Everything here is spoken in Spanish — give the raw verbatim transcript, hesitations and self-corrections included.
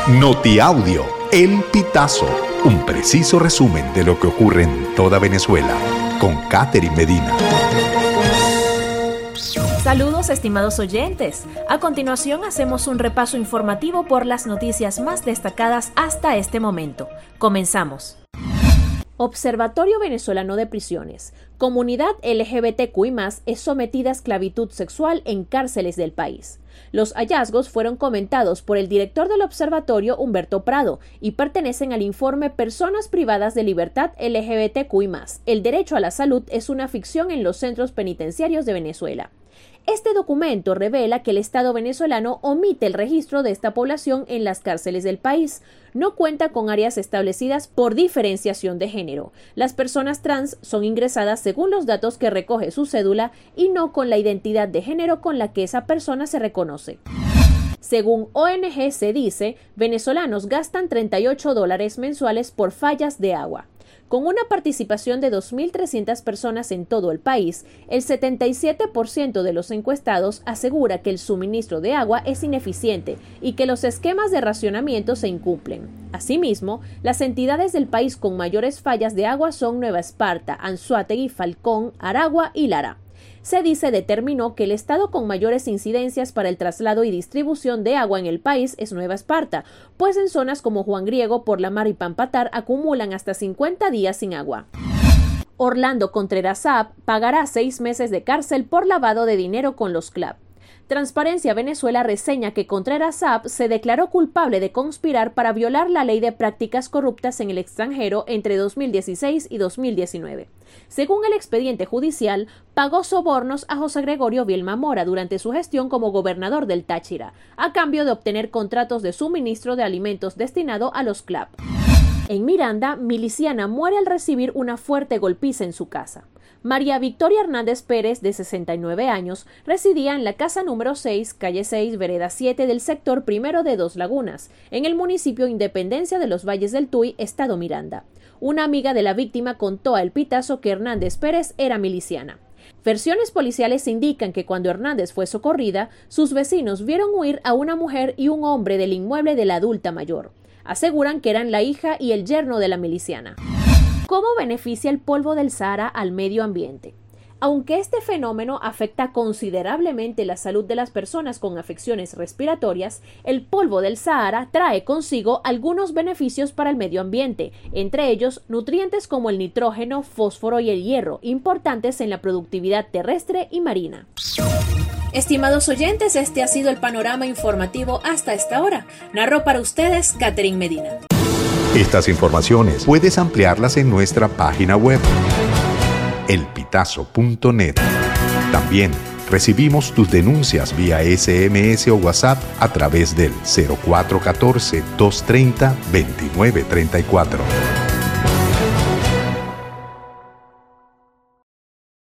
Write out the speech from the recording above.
Notiaudio, El Pitazo, un preciso resumen de lo que ocurre en toda Venezuela, con Catherine Medina. Saludos, estimados oyentes. A continuación hacemos un repaso informativo por las noticias más destacadas hasta este momento. Comenzamos. Observatorio Venezolano de Prisiones. Comunidad L G B T Q I más, es sometida a esclavitud sexual en cárceles del país. Los hallazgos fueron comentados por el director del observatorio, Humberto Prado, y pertenecen al informe Personas privadas de libertad L G B T Q I más. El derecho a la salud es una ficción en los centros penitenciarios de Venezuela. Este documento revela que el Estado venezolano omite el registro de esta población en las cárceles del país. No cuenta con áreas establecidas por diferenciación de género. Las personas trans son ingresadas según los datos que recoge su cédula y no con la identidad de género con la que esa persona se reconoce. Según O N G se dice, venezolanos gastan treinta y ocho dólares mensuales por fallas de agua. Con una participación de dos mil trescientas personas en todo el país, el setenta y siete por ciento de los encuestados asegura que el suministro de agua es ineficiente y que los esquemas de racionamiento se incumplen. Asimismo, las entidades del país con mayores fallas de agua son Nueva Esparta, Anzoátegui, Falcón, Aragua y Lara. Se dice determinó que el estado con mayores incidencias para el traslado y distribución de agua en el país es Nueva Esparta, pues en zonas como Juan Griego, Por la Mar y Pampatar acumulan hasta cincuenta días sin agua. Orlando Contreras Saab pagará seis meses de cárcel por lavado de dinero con los C L A P. Transparencia Venezuela reseña que Contreras Saab se declaró culpable de conspirar para violar la ley de prácticas corruptas en el extranjero entre dos mil dieciséis y dos mil diecinueve. Según el expediente judicial, pagó sobornos a José Gregorio Vielma Mora durante su gestión como gobernador del Táchira, a cambio de obtener contratos de suministro de alimentos destinado a los C L A P. En Miranda, miliciana muere al recibir una fuerte golpiza en su casa. María Victoria Hernández Pérez, de sesenta y nueve años, residía en la casa número seis, calle seis, vereda siete del sector primero de Dos Lagunas, en el municipio Independencia de los Valles del Tuy, estado Miranda. Una amiga de la víctima contó a El Pitazo que Hernández Pérez era miliciana. Versiones policiales indican que cuando Hernández fue socorrida, sus vecinos vieron huir a una mujer y un hombre del inmueble de la adulta mayor. Aseguran que eran la hija y el yerno de la miliciana. ¿Cómo beneficia el polvo del Sahara al medio ambiente? Aunque este fenómeno afecta considerablemente la salud de las personas con afecciones respiratorias, el polvo del Sahara trae consigo algunos beneficios para el medio ambiente, entre ellos nutrientes como el nitrógeno, fósforo y el hierro, importantes en la productividad terrestre y marina. Estimados oyentes, este ha sido el panorama informativo hasta esta hora. Narró para ustedes Catherine Medina. Estas informaciones puedes ampliarlas en nuestra página web, el pitazo punto net. También recibimos tus denuncias vía S M S o WhatsApp a través del cero cuatro uno cuatro, dos tres cero, dos nueve tres cuatro.